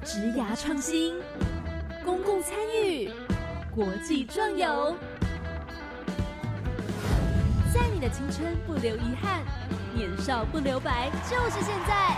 职涯创新、公共参与、国际壮游，在你的青春不留遗憾，年少不留白，就是现在。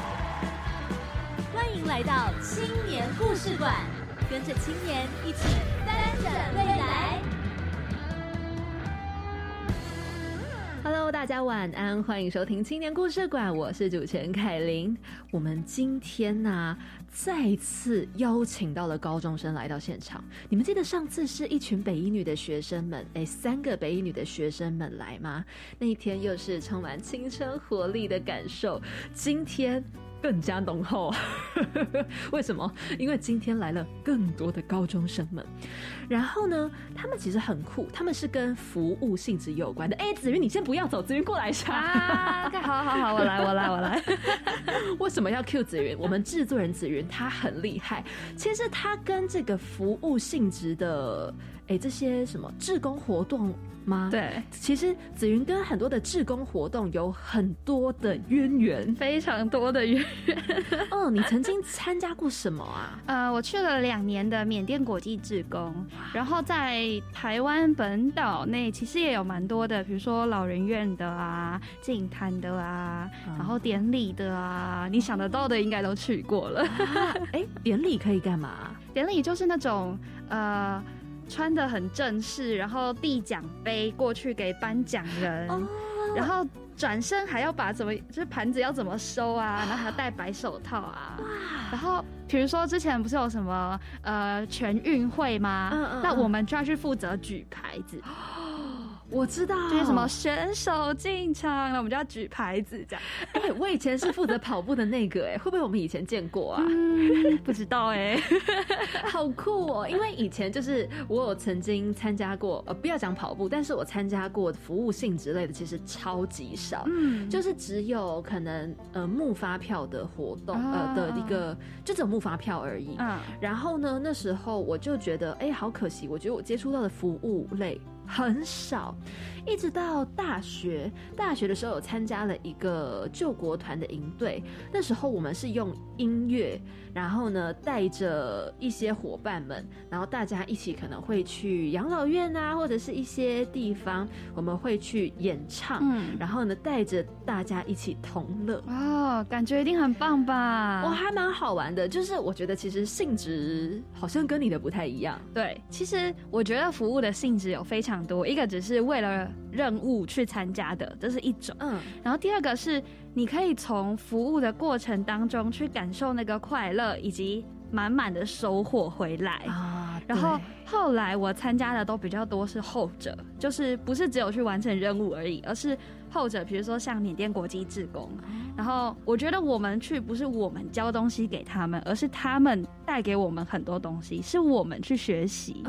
欢迎来到青年故事馆，跟着青年一起翻转未来。Hello， 大家晚安，欢迎收听青年故事馆，我是主持人凯琳。我们今天再次邀请到了高中生来到现场。你们记得上次是一群北一女的学生们，3个北一女的学生们来吗？那一天又是充满青春活力的感受，今天更加浓厚。为什么？因为今天来了更多的高中生们，然后呢，他们其实很酷，他们是跟服务性质有关的。子云你先不要走，子云过来一下。好，我来。为什么要 cue 子云？我们制作人子云他很厉害，其实他跟这个服务性质的这些什么志工活动吗？对，其实子云跟很多的志工活动有很多的渊源， 非常多的渊源。 你曾经参加过什么啊？ 我去了2年的缅甸国际志工，然后在台湾本岛内其实也有蛮多的，比如说老人院的啊、净滩的啊，然后典礼的啊，你想得到的应该都去过了。 典礼可以干嘛？ 典礼就是那种穿得很正式，然后递奖杯过去给颁奖人，然后转身还要把就是盘子要怎么收啊，然后还要戴白手套啊。然后比如说之前不是有什么全运会吗？那我们就要去负责举牌子。 我知道， 就是什么选手进场，那我们就要举牌子这样。 我以前是负责跑步的那个，会不会我们以前见过啊？ 不知道好酷哦！因为以前就是我有曾经参加过，不要讲跑步，但是我参加过服务性质类的，其实超级少，就是只有可能募发票的活动，的一个就只有募发票而已。然后呢，那时候我就觉得，好可惜，我觉得我接触到的服务类很少，一直到大学的时候有参加了一个救国团的营队，那时候我们是用音乐，然后呢带着一些伙伴们，然后大家一起可能会去养老院啊，或者是一些地方，我们会去演唱，然后呢带着大家一起同乐。 感觉一定很棒吧？ 还蛮好玩的，就是我觉得其实性质好像跟你的不太一样。 对，其实我觉得服务的性质有非常多，一个只是为了任务去参加的，这是一种。然后第二个是你可以从服务的过程当中去感受那个快乐以及满满的收获回来然后后来我参加的都比较多是后者，就是不是只有去完成任务而已，而是后者，比如说像缅甸国际志工。然后我觉得我们去不是我们教东西给他们，而是他们带给我们很多东西，是我们去学习。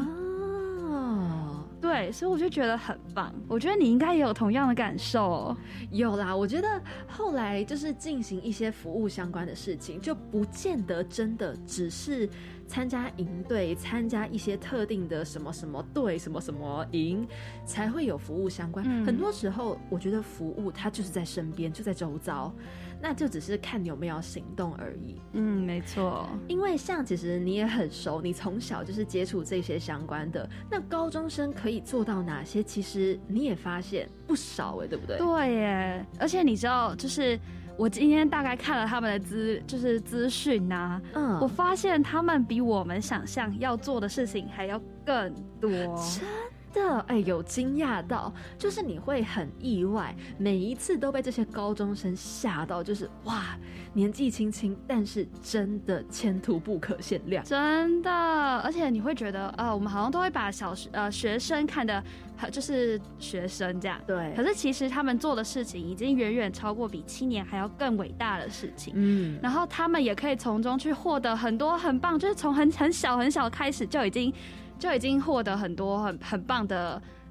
对，所以我就觉得很棒。我觉得你应该也有同样的感受。 有啦，我觉得后来就是进行一些服务相关的事情，就不见得真的只是参加营队，参加一些特定的什么什么队、什么什么营才会有服务相关。很多时候我觉得服务它就是在身边，就在周遭，那就只是看你有没有行动而已。 没错。因为像其实你也很熟，你从小就是接触这些相关的，那高中生可以做到哪些？其实你也发现不少对不对？ 对耶，而且你知道，就是我今天大概看了他们的资讯啊，我发现他们比我们想象要做的事情还要更多。 真的有惊讶到，就是你会很意外，每一次都被这些高中生吓到，就是哇，年纪轻轻，但是真的前途不可限量， 真的。而且你会觉得我们好像都会把学生看的就是学生这样，对。可是其实他们做的事情已经远远超过比青年还要更伟大的事情。然后他们也可以从中去获得很多很棒，就是从很小开始就已经获得很多很棒的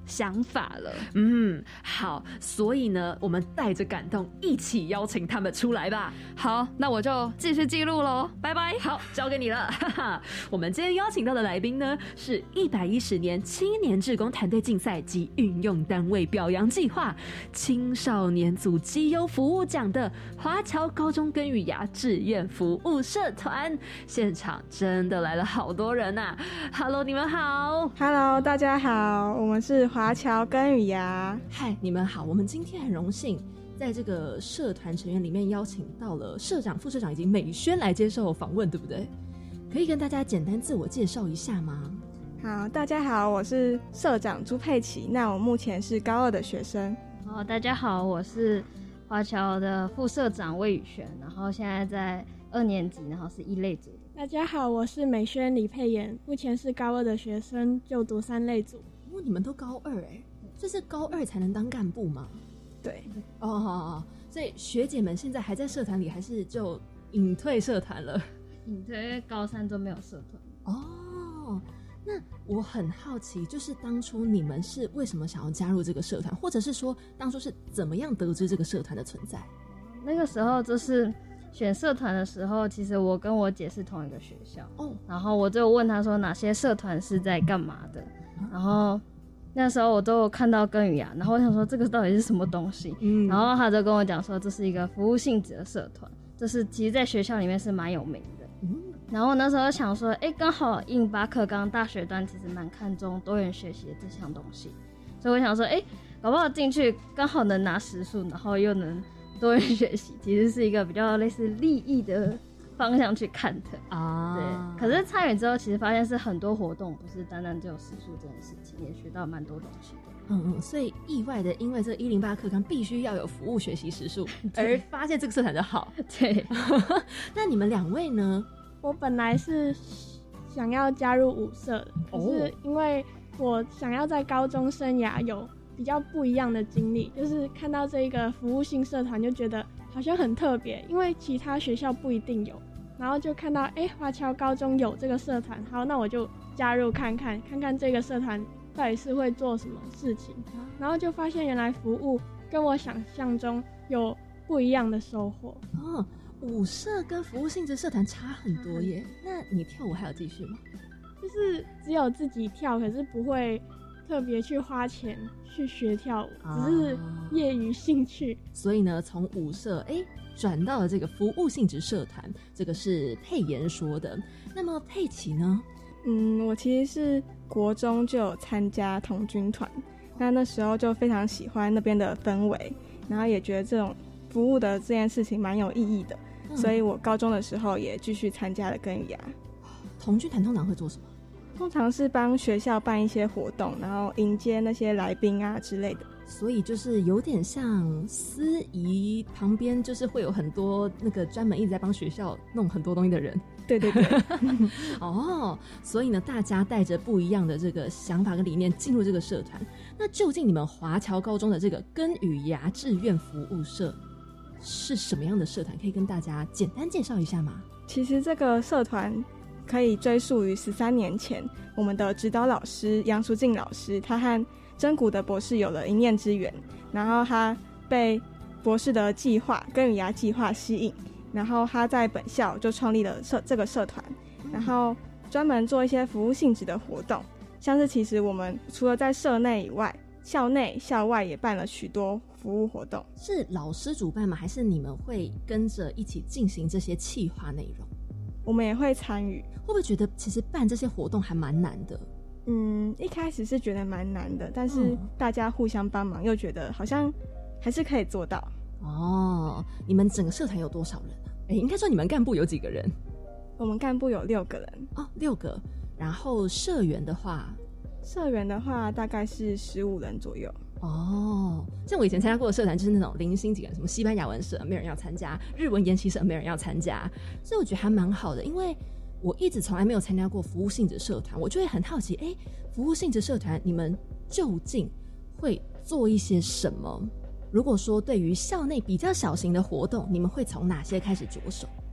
想法了。 好，所以呢，我们带着感动一起邀请他们出来吧。 好，那我就继续记录咯，拜拜。 好，交给你了。我们今天邀请到的来宾呢，是110年青年志工团队竞赛及运用单位表扬计划青少年组绩优服务奖的华侨高中根语芽志愿服务社团。现场真的来了好多人啊。Hello， 你们好。 Hello， 大家好，我们是华侨根语芽。 嗨，你们好。我们今天很荣幸在这个社团成员里面邀请到了社长、副社长以及美宣来接受访问，对不对？可以跟大家简单自我介绍一下吗？ 好，大家好，我是社长朱佩琪，那我目前是高2的学生。 大家好，我是华侨的副社长魏宇璇，然后现在在2年级，然后是1类组。 大家好，我是美宣李佩妍，目前是高2的学生，就读3类组。 你们都高2这是高2才能当干部吗？ 对。 所以学姐们现在还在社团里，还是就隐退社团了？ 隐退，因为高3都没有社团。 那我很好奇，就是当初你们是为什么想要加入这个社团，或者是说当初是怎么样得知这个社团的存在？ 那个时候就是选社团的时候，其实我跟我姐是同一个学校然后我就问她说哪些社团是在干嘛的，然后那时候我都有看到根语芽，然后我想说这个到底是什么东西，然后她就跟我讲说这是一个服务性质的社团，就是其实在学校里面是蛮有名的。然后我那时候想说刚好108课纲大学端其实蛮看重多元学习的这项东西，所以我想说搞不好进去刚好能拿时数，然后又能多元学习，其实是一个比较类似利益的方向去看的对，可是参与之后其实发现是很多活动，不是单单只有时数这件事情，也学到蛮多东西的。 所以意外的，因为这108课纲必须要有服务学习时数，而发现这个社团的好。 对。 那你们2位呢？ 我本来是想要加入舞社的，可是因为我想要在高中生涯有比较不一样的经历，就是看到这一个服务性社团就觉得好像很特别，因为其他学校不一定有，然后就看到华侨高中有这个社团，好，那我就加入看看这个社团到底是会做什么事情，然后就发现原来服务跟我想象中有不一样的收获。 舞社跟服务性质社团差很多耶。那你跳舞还有继续吗？ 就是只有自己跳，可是不会特别去花钱去学跳舞，只是业余兴趣。 所以呢，从舞社转到了这个服务性质社团，这个是佩妍说的。那么佩琪呢？ 我其实是国中就有参加童军团，那时候就非常喜欢那边的氛围，然后也觉得这种服务的这件事情蛮有意义的，所以我高中的时候也继续参加了根语芽。 童军团通常会做什么？ 通常是帮学校办一些活动，然后迎接那些来宾啊之类的。 所以就是有点像司仪旁边就是会有很多那个专门一直在帮学校弄很多东西的人。 对所以呢，大家带着不一样的这个想法跟理念进入这个社团。那究竟你们华侨高中的这个根语芽志愿服务社是什么样的社团？可以跟大家简单介绍一下吗？ 其实这个社团可以追溯于13年前，我们的指导老师杨淑静老师，他和真古的博士有了一念之缘，然后他被博士的计划根语芽计划吸引，然后他在本校就创立了这个社团，然后专门做一些服务性质的活动，像是其实我们除了在社内以外，校内校外也办了许多服务活动。 是老师主办吗？还是你们会跟着一起进行这些企划内容？ 我们也会参与。 会不会觉得其实办这些活动还蛮难的？ 一开始是觉得蛮难的，但是大家互相帮忙，又觉得好像还是可以做到。 你们整个社团有多少人啊？应该说你们干部有几个人？ 我们干部有6个人。 6个。然后社员的话大概是15人左右。 像我以前参加过的社团就是那种零星几个人，什么西班牙文社没有人要参加，日文研习社没有人要参加，所以我觉得还蛮好的。因为我一直从来没有参加过服务性质社团，我就会很好奇服务性质社团你们究竟会做一些什么？如果说对于校内比较小型的活动，你们会从哪些开始着手？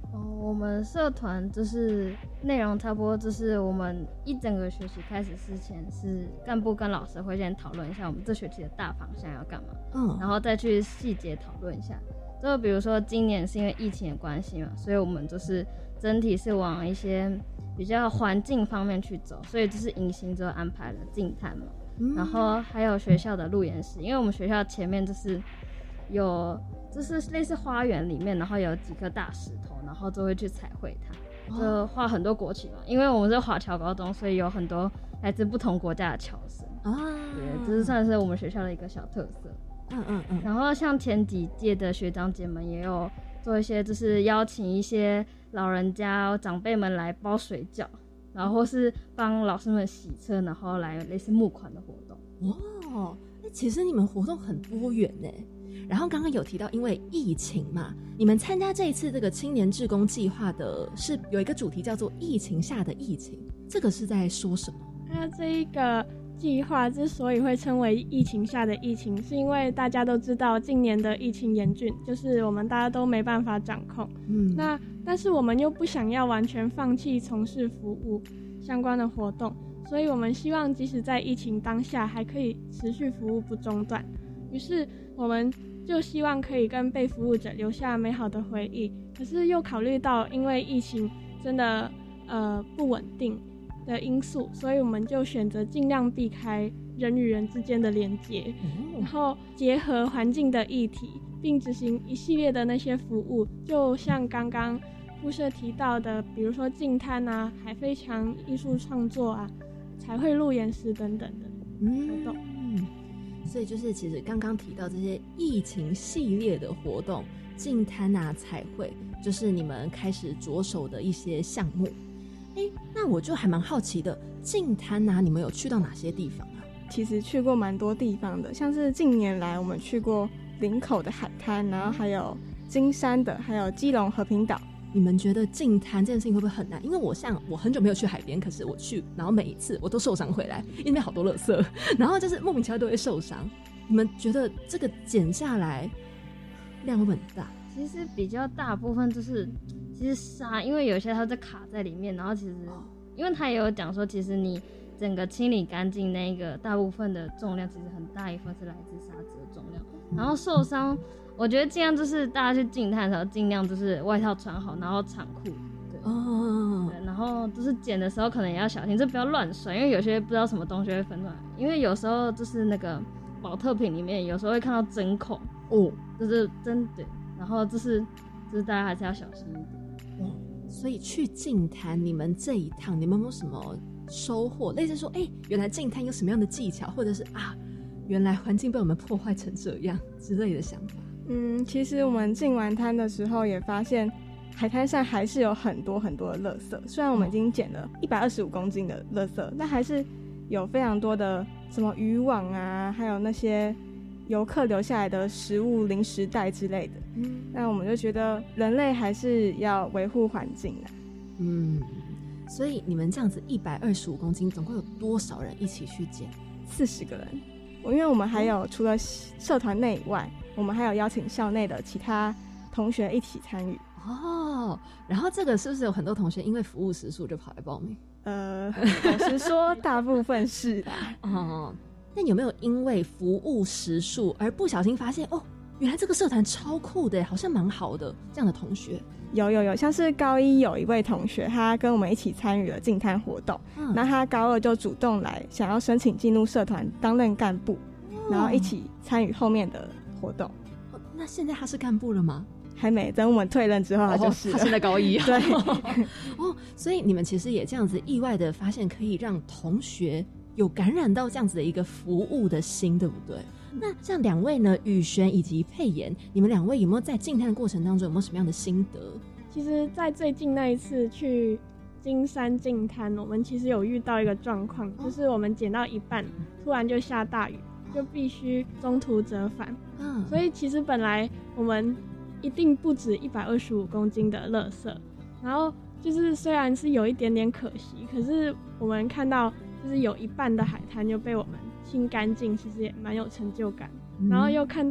我们社团就是内容差不多，就是我们一整个学期开始之前，是干部跟老师会先讨论一下我们这学期的大方向要干嘛，然后再去细节讨论一下。就比如说今年是因为疫情的关系嘛，所以我们就是整体是往一些比较环境方面去走，所以就是迎新之后安排了净滩嘛，然后还有学校的路演室，因为我们学校前面就是有就是类似花园里面，然后有几颗大石头，然后就会去彩绘它，就画很多国旗嘛。因为我们是华侨高中，所以有很多来自不同国家的侨生对，这是算是我们学校的一个小特色。然后像前几届的学长姐们也有做一些，就是邀请一些老人家长辈们来包水饺，然后或是帮老师们洗车，然后来类似募款的活动。 其实你们活动很多元耶。然后刚刚有提到因为疫情嘛，你们参加这一次这个青年志工计划的是有一个主题叫做疫情下的疫情，这个是在说什么？ 那这一个计划之所以会称为疫情下的疫情，是因为大家都知道近年的疫情严峻，就是我们大家都没办法掌控。但是我们又不想要完全放弃从事服务相关的活动，所以我们希望即使在疫情当下还可以持续服务不中断。于是我们就希望可以跟被服务者留下美好的回忆，可是又考虑到因为疫情真的不稳定的因素，所以我们就选择尽量避开人与人之间的连结，然后结合环境的议题，并执行一系列的那些服务，就像刚刚副社提到的，比如说净滩啊、海飞墙艺术创作啊、彩绘路演室等等的活动。 所以就是其实刚刚提到这些疫情系列的活动，净滩啊、彩绘，就是你们开始着手的一些项目。那我就还蛮好奇的，净滩啊，你们有去到哪些地方啊？ 其实去过蛮多地方的，像是近年来我们去过林口的海滩，然后还有金山的，还有基隆和平岛。 你们觉得净滩这件事情会不会很难？因为我很久没有去海边，可是我去，然后每一次我都受伤回来，因为那边好多垃圾，然后就是莫名其妙都会受伤。你们觉得这个减下来量会不会很大？ 其实比较大部分就是其实沙，因为有些它在卡在里面，然后其实因为他也有讲说，其实你整个清理干净那个大部分的重量，其实很大一部分是来自沙子的重量。然后受伤，我觉得尽量就是大家去净滩的时候，尽量就是外套穿好，然后长裤，对，然后就是捡的时候可能也要小心，就不要乱甩，因为有些不知道什么东西会分出来，因为有时候就是那个保特瓶里面有时候会看到针孔就是针对，然后就是大家还是要小心一点。 所以去净滩，你们这一趟你们有没有什么收获？类似说，原来净滩有什么样的技巧，或者是原来环境被我们破坏成这样之类的想法。 其实我们进完滩的时候也发现，海滩上还是有很多很多的垃圾。虽然我们已经捡了125公斤的垃圾，但还是有非常多的什么渔网啊，还有那些游客留下来的食物零食袋之类的。那我们就觉得人类还是要维护环境的。 所以你们这样子125公斤，总共有多少人一起去捡 ？40个人。因为我们还有除了社团内以外，我们还有邀请校内的其他同学一起参与。 然后这个是不是有很多同学因为服务时数就跑来报名？ 老实说，大部分是啦。 那有没有因为服务时数而不小心发现原来这个社团超酷的，好像蛮好的这样的同学？ 有，像是高一有一位同学，他跟我们一起参与了净滩活动，那他高2就主动来想要申请进入社团担任干部，然后一起参与后面的活动。 那现在他是干部了吗？ 还没，等我们退任之后他就是了。 他现在高一。 对。 所以你们其实也这样子意外的发现，可以让同学有感染到这样子的一个服务的心，对不对？那像两位呢，宇璇以及佩妍，你们两位有没有在净滩的过程当中有没有什么样的心得？ 其实在最近那一次去金山净滩，我们其实有遇到一个状况，就是我们捡到一半突然就下大雨，就必须中途折返。所以其实本来我们一定不止125公斤的垃圾，然后就是虽然是有一点点可惜，可是我们看到就是有一半的海滩就被我们清干净，其实也蛮有成就感。然后又看到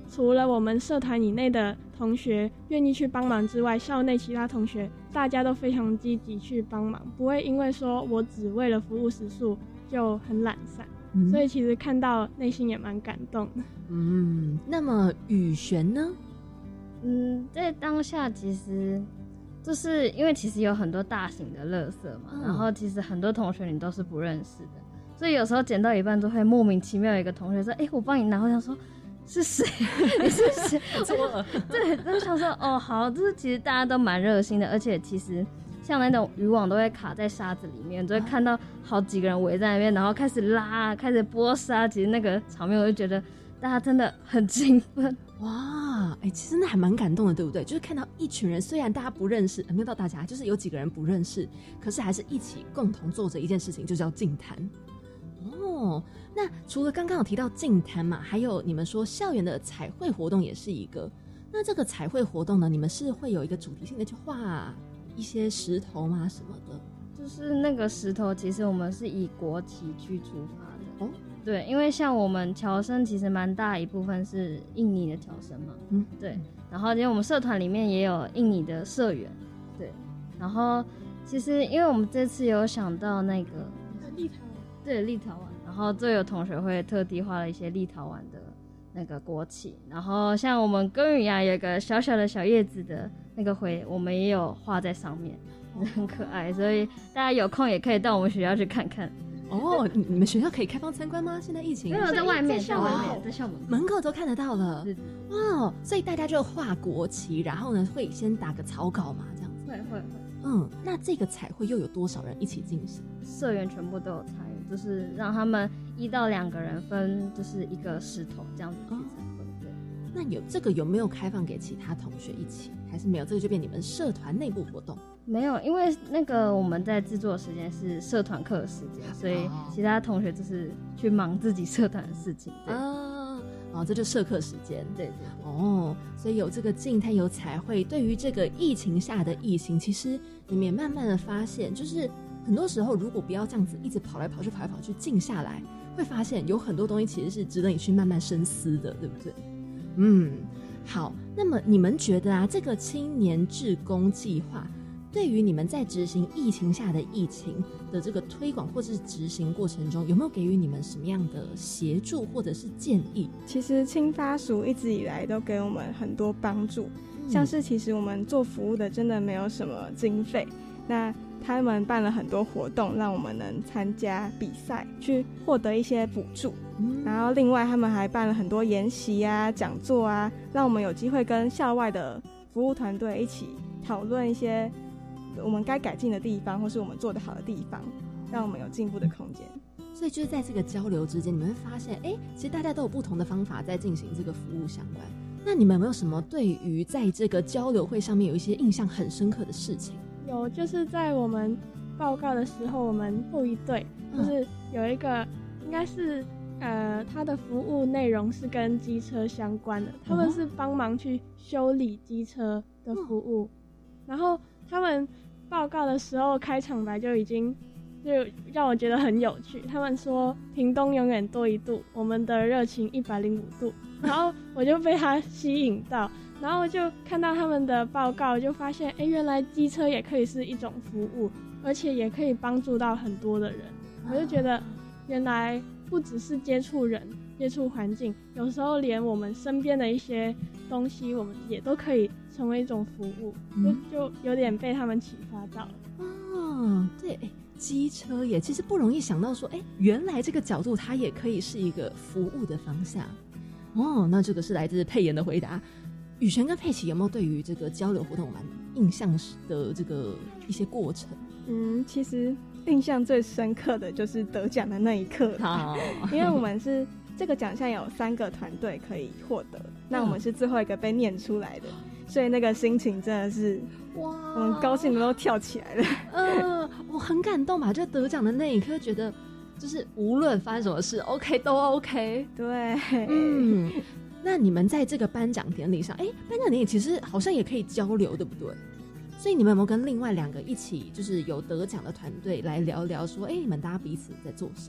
除了我们社团以内的同学愿意去帮忙之外，校内其他同学大家都非常积极去帮忙，不会因为说我只为了服务时数就很懒散。所以其实看到内心也蛮感动的。 那么宇璇呢？ 在当下其实就是因为其实有很多大型的垃圾嘛，然后其实很多同学你都是不认识的，所以有时候捡到一半都会莫名其妙有一个同学说我帮你拿，我想说是谁？你是谁？错了。对，就想说好，就是其实大家都蛮热心的，而且其实像那种渔网都会卡在沙子里面，就会看到好几个人围在那边，然后开始拉，开始拨沙。其实那个场面我就觉得大家真的很兴奋。 哇，其实那还蛮感动的，对不对？就是看到一群人，虽然大家不认识，没有到大家，就是有几个人不认识，可是还是一起共同做着一件事情，就叫净滩。那除了刚刚有提到净滩嘛，还有你们说校园的彩绘活动也是一个。那这个彩绘活动呢，你们是会有一个主题性的去画一些石头吗？什么的？ 就是那个石头，其实我们是以国旗去出发的。对，因为像我们侨生其实蛮大一部分是印尼的侨生嘛，对。然后因为我们社团里面也有印尼的社员，对。然后其实因为我们这次有想到那个立陶宛， 对，立陶宛，然后就有同学会特地画了一些立陶宛的那个国旗，然后像我们耕耘有个小小的小叶子的那个灰，我们也有画在上面，很可爱，所以大家有空也可以到我们学校去看看。 你们学校可以开放参观吗？现在疫情没有，在外面，在校门口都看得到了。哇，所以大家就画国旗，然后呢会先打个草稿嘛，这样子。 会。 那这个彩绘又有多少人一起进行？ 社员全部都有参与，就是让他们1到2个人分，就是一个石头这样子去彩绘。对。 那有没有开放给其他同学一起？还是没有？这个就变你们社团内部活动？ 没有，因为那个我们在制作的时间是社团课的时间，所以其他同学就是去忙自己社团的事情。 这就社课时间。 对。 所以有这个净滩有彩绘，对于这个疫情下的疫情，其实你们也慢慢的发现，就是很多时候如果不要这样子一直跑来跑去静下来，会发现有很多东西其实是值得你去慢慢深思的，对不对？好，那么你们觉得这个青年志工计划对于你们在执行疫情下的疫情的这个推广或是执行过程中，有没有给予你们什么样的协助或者是建议？ 其实青发署一直以来都给我们很多帮助，像是其实我们做服务的真的没有什么经费，那他们办了很多活动，让我们能参加比赛，去获得一些补助。然后另外他们还办了很多研习讲座让我们有机会跟校外的服务团队一起讨论一些我们该改进的地方，或是我们做得好的地方，让我们有进步的空间。 所以就是在这个交流之间，你们会发现其实大家都有不同的方法在进行这个服务相关。那你们有没有什么对于在这个交流会上面有一些印象很深刻的事情？ 有，就是在我们报告的时候，我们后一队就是有一个应该是他的服务内容是跟机车相关的，他们是帮忙去修理机车的服务，然后他们报告的时候开场白就让我觉得很有趣。他们说屏东永远多一度，我们的热情105度，然后我就被他吸引到，然后就看到他们的报告，就发现原来机车也可以是一种服务，而且也可以帮助到很多的人。我就觉得原来不只是接触人接触环境，有时候连我们身边的一些东西我们也都可以成为一种服务，就有点被他们启发到了。 对，机车也其实不容易想到说原来这个角度它也可以是一个服务的方向。那这个是来自佩妍的回答。宇璇跟佩奇有没有对于这个交流活动蛮印象的这个一些过程？ 其实印象最深刻的就是得奖的那一刻，因为我们是这个奖项有3个团队可以获得，那我们是最后一个被念出来的，所以那个心情真的是我们高兴的都跳起来了。 我很感动吧，就得奖的那一刻觉得就是无论发生什么事 OK 都 OK。 对。 那你们在这个颁奖典礼上颁奖典礼其实好像也可以交流，对不对？所以你们有没有跟另外2个一起就是有得奖的团队来聊聊说你们大家彼此在做什么？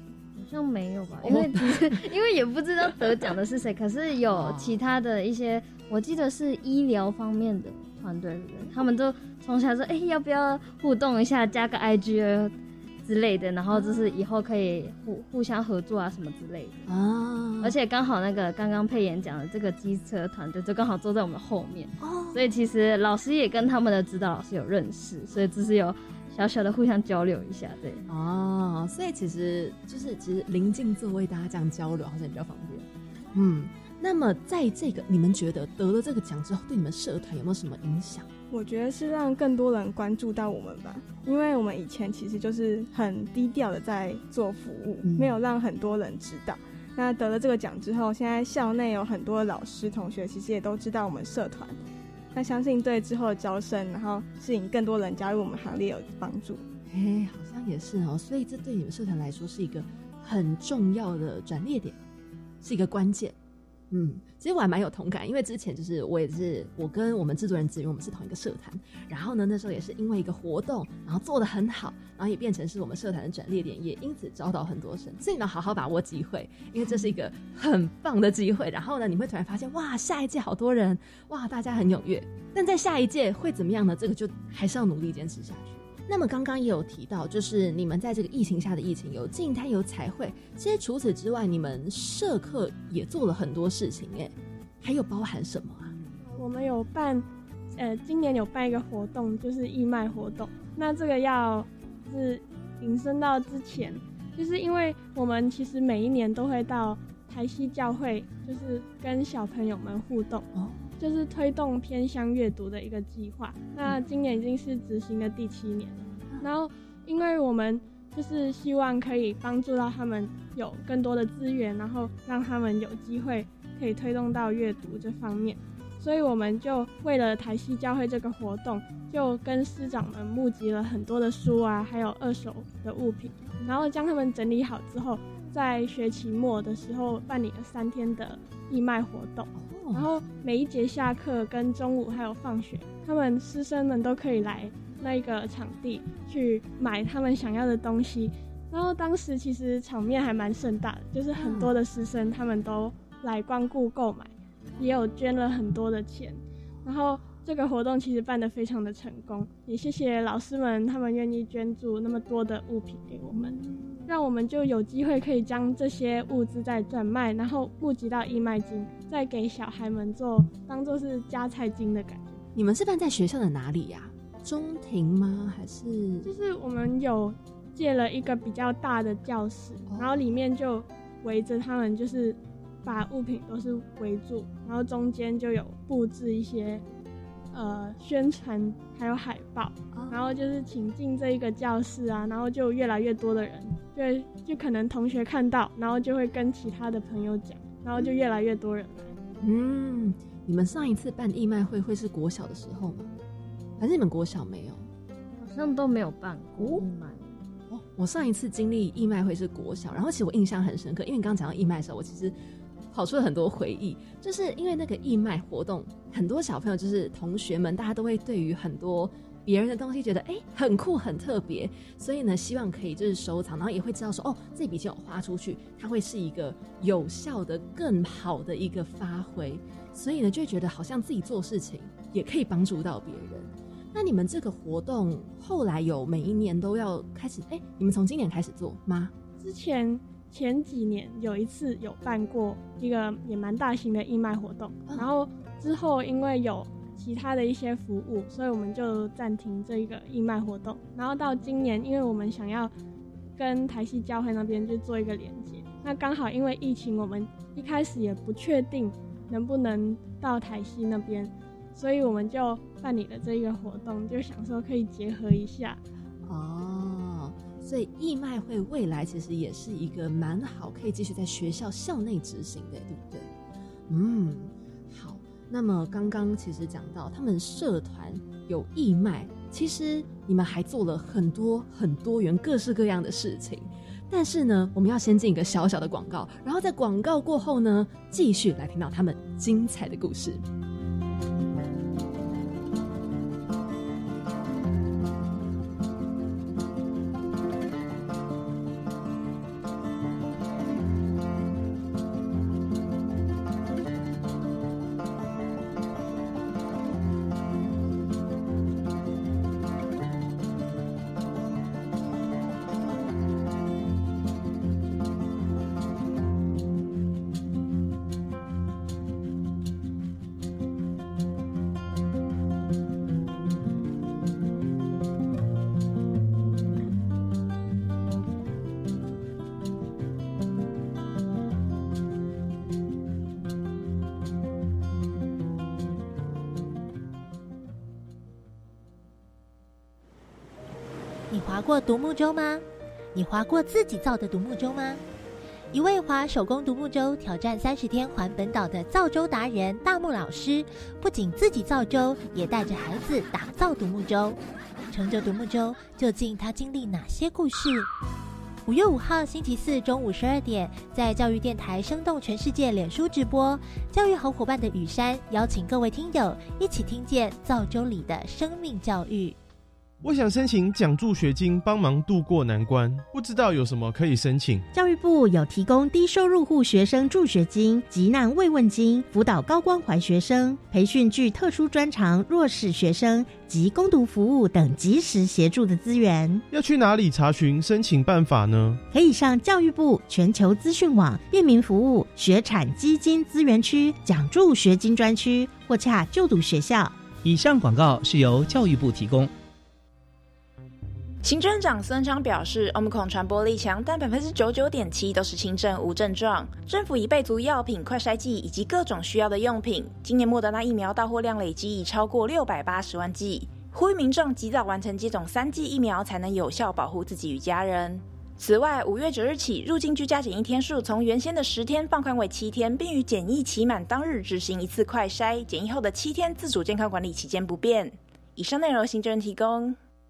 像没有吧，因为也不知道得奖的是谁，可是有其他的一些，我记得是医疗方面的团队，对不对？他们都从小说，要不要互动一下，加个 IG 之类的，然后就是以后可以互相合作啊什么之类的啊。而且刚好那个刚刚佩妍讲的这个机车团队就刚好坐在我们后面，所以其实老师也跟他们的指导老师有认识，所以只是有小小的互相交流一下，对。 所以其实临近座位大家这样交流好像也比较方便。那么在这个你们觉得得了这个奖之后，对你们社团有没有什么影响？ 我觉得是让更多人关注到我们吧，因为我们以前其实就是很低调的在做服务，没有让很多人知道。那得了这个奖之后，现在校内有很多老师同学其实也都知道我们社团，那相信对之后的招生，然后吸引更多人加入我们行列有帮助。 好像也是哦，所以这对你们社团来说是一个很重要的转捩点，是一个关键。其实我还蛮有同感，因为之前就是我跟我们制作人子云，我们是同一个社团，然后呢那时候也是因为一个活动，然后做得很好，然后也变成是我们社团的转捩点，也因此招到很多生，所以你们好好把握机会，因为这是一个很棒的机会。然后呢你会突然发现，哇，下一届好多人，哇，大家很踊跃，但在下一届会怎么样呢？这个就还是要努力坚持下去。那么刚刚也有提到，就是你们在这个疫情下的疫情有净滩有彩绘，其实除此之外，你们社课也做了很多事情，还有包含什么啊？ 我们有办，今年有办一个活动，就是义卖活动。那这个要是引申到之前，就是因为我们其实每一年都会到台西教会，就是跟小朋友们互动。就是推动偏乡阅读的一个计划，那今年已经是执行的第7年了。然后，因为我们就是希望可以帮助到他们有更多的资源，然后让他们有机会可以推动到阅读这方面，所以我们就为了台西教会这个活动，就跟师长们募集了很多的书啊，还有2手的物品，然后将他们整理好之后，在学期末的时候办理了3天的义卖活动。然后每一节下课跟中午还有放学，他们师生们都可以来那个场地去买他们想要的东西。然后当时其实场面还蛮盛大的，就是很多的师生他们都来光顾购买，也有捐了很多的钱。然后这个活动其实办得非常的成功，也谢谢老师们他们愿意捐助那么多的物品给我们，让我们就有机会可以将这些物资再转卖，然后募集到义卖金，再给小孩们当做是加菜金的感觉。 你们是办在学校的哪里呀？中庭吗？还是？ 就是我们有借了一个比较大的教室，然后里面就围着他们，就是把物品都是围住，然后中间就有布置一些宣传还有海报，然后就是请进这一个教室啊，然后就越来越多的人，就可能同学看到，然后就会跟其他的朋友讲，然后就越来越多人来。 你们上一次办义卖会是国小的时候吗？还是你们国小没有？ 好像都没有办过义卖。 我上一次经历义卖会是国小，然后其实我印象很深刻，因为你刚刚讲到义卖的时候，我其实跑出了很多回忆，就是因为那个义卖活动，很多小朋友就是同学们，大家都会对于很多别人的东西觉得很酷很特别，所以呢希望可以就是收藏，然后也会知道说这笔钱我花出去，它会是一个有效的更好的一个发挥，所以呢就会觉得好像自己做事情也可以帮助到别人。那你们这个活动后来有每一年都要开始你们从今年开始做吗？ 之前几年有一次有办过一个也蛮大型的义卖活动，然后之后因为有其他的一些服务，所以我们就暂停这个义卖活动。然后到今年，因为我们想要跟台西教会那边就做一个连接，那刚好因为疫情，我们一开始也不确定能不能到台西那边，所以我们就办理了这一个活动，就想说可以结合一下。 所以义卖会未来其实也是一个蛮好可以继续在学校校内执行的，对不对？好。那么刚刚其实讲到他们社团有义卖，其实你们还做了很多很多元各式各样的事情，但是呢我们要先进一个小小的广告，然后在广告过后呢继续来听到他们精彩的故事。 你划过独木舟吗？你划过自己造的独木舟吗？一位划手工独木舟挑战30天环本岛的造舟达人大木老师，不仅自己造舟，也带着孩子打造独木舟。乘着独木舟，究竟他经历哪些故事？5月5号星期四中午12点，在教育电台生动全世界脸书直播，教育好伙伴的雨山邀请各位听友一起听见造舟里的生命教育。 我想申请奖助学金帮忙度过难关，不知道有什么可以申请。 教育部有提供低收入户学生助学金、急难慰问金，辅导高关怀学生，培训具特殊专长弱势学生及攻读服务等及时协助的资源。 要去哪里查询申请办法呢？ 可以上教育部全球资讯网便民服务学产基金资源区奖助学金专区，或洽就读学校。 以上广告是由教育部提供。 行政长孙昌表示 ，Omicron 传播力强，但99.7%都是轻症无症状。政府已备足药品、快筛剂以及各种需要的用品。今年莫德纳疫苗到货量累积已超过680万剂，呼吁民众及早完成接种3剂疫苗，才能有效保护自己与家人。此外，5月9日起，入境居家检疫天数从原先的10天放宽为7天，并于检疫期满当日执行1次快筛，检疫后的7天自主健康管理期间不变。以上内容由行政人提供。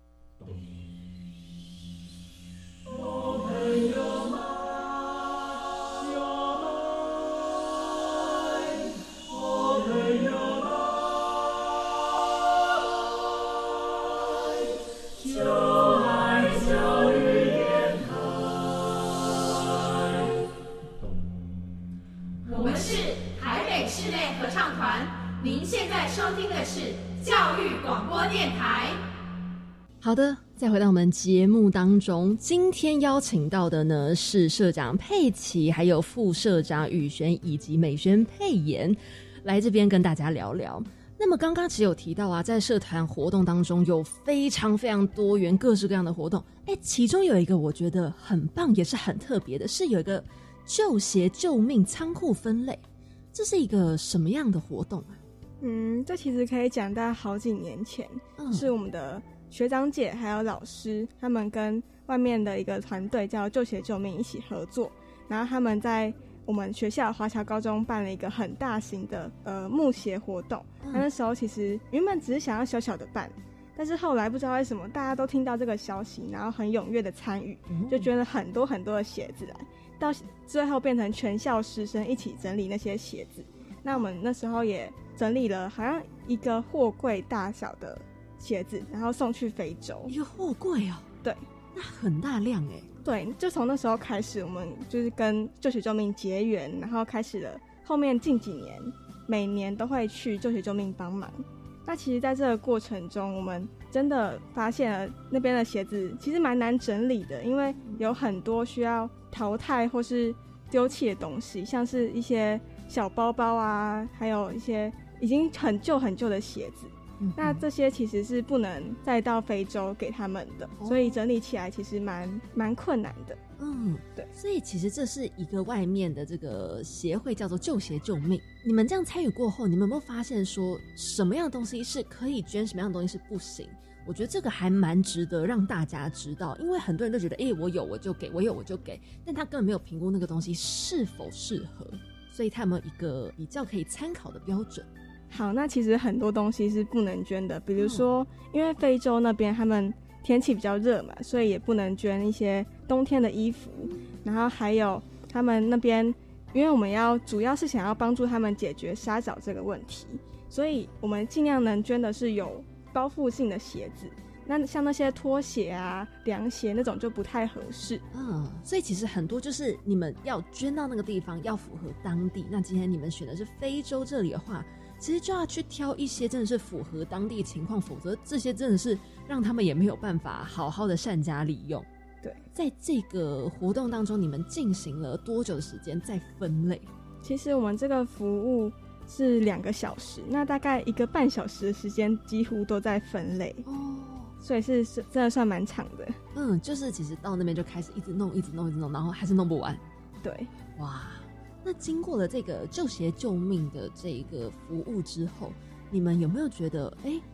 您现在收听的是教育广播电台。 好的，再回到我们节目当中，今天邀请到的呢是社长佩奇，还有副社长宇璇以及美宣佩妍，来这边跟大家聊聊。那么刚刚其实有提到啊，在社团活动当中有非常非常多元各式各样的活动，其中有一个我觉得很棒也是很特别的，是有一个救鞋救命仓库分类，这是一个什么样的活动啊？ 这其实可以讲到好几年前，是我们的学长姐还有老师，他们跟外面的一个团队叫救鞋救命一起合作，然后他们在我们学校华侨高中办了一个很大型的募鞋活动。那时候其实原本只是想要小小的办，但是后来不知道为什么大家都听到这个消息，然后很踊跃的参与，就捐了很多很多的鞋子来，到最后变成全校师生一起整理那些鞋子。那我们那时候也整理了好像一个货柜大小的鞋子，然后送去非洲。 一个货柜哦？对，那很大量耶。 对，就从那时候开始，我们就是跟救血救命结缘，然后开始了后面近几年每年都会去救血救命帮忙。那其实在这个过程中，我们真的发现了那边的鞋子其实蛮难整理的，因为有很多需要淘汰或是丢弃的东西，像是一些小包包啊，还有一些已经很旧很旧的鞋子。那这些其实是不能再到非洲给他们的，所以整理起来其实蛮困难的。 对，所以其实这是一个外面的这个协会叫做救鞋救命。你们这样参与过后，你们有没有发现说什么样的东西是可以捐，什么样的东西是不行？我觉得这个还蛮值得让大家知道，因为很多人都觉得我有我就给，我有我就给，但他根本没有评估那个东西是否适合，所以他有没有一个比较可以参考的标准？ 好，那其实很多东西是不能捐的，比如说因为非洲那边他们天气比较热嘛，所以也不能捐一些冬天的衣服，然后还有他们那边因为我们主要是想要帮助他们解决沙蚤这个问题，所以我们尽量能捐的是有包覆性的鞋子，那像那些拖鞋啊、凉鞋那种就不太合适。 所以其实很多就是你们要捐到那个地方要符合当地，那今天你们选的是非洲这里的话，其实就要去挑一些真的是符合当地情况，否则这些真的是让他们也没有办法好好的善加利用。 对， 在这个活动当中，你们进行了多久的时间在分类？ 其实我们这个服务是2个小时，那大概1个半小时的时间几乎都在分类所以是真的算蛮长的。 就是其实到那边就开始一直弄，然后还是弄不完。 对， 哇。那经过了这个救鞋救命的这个服务之后，你们有没有觉得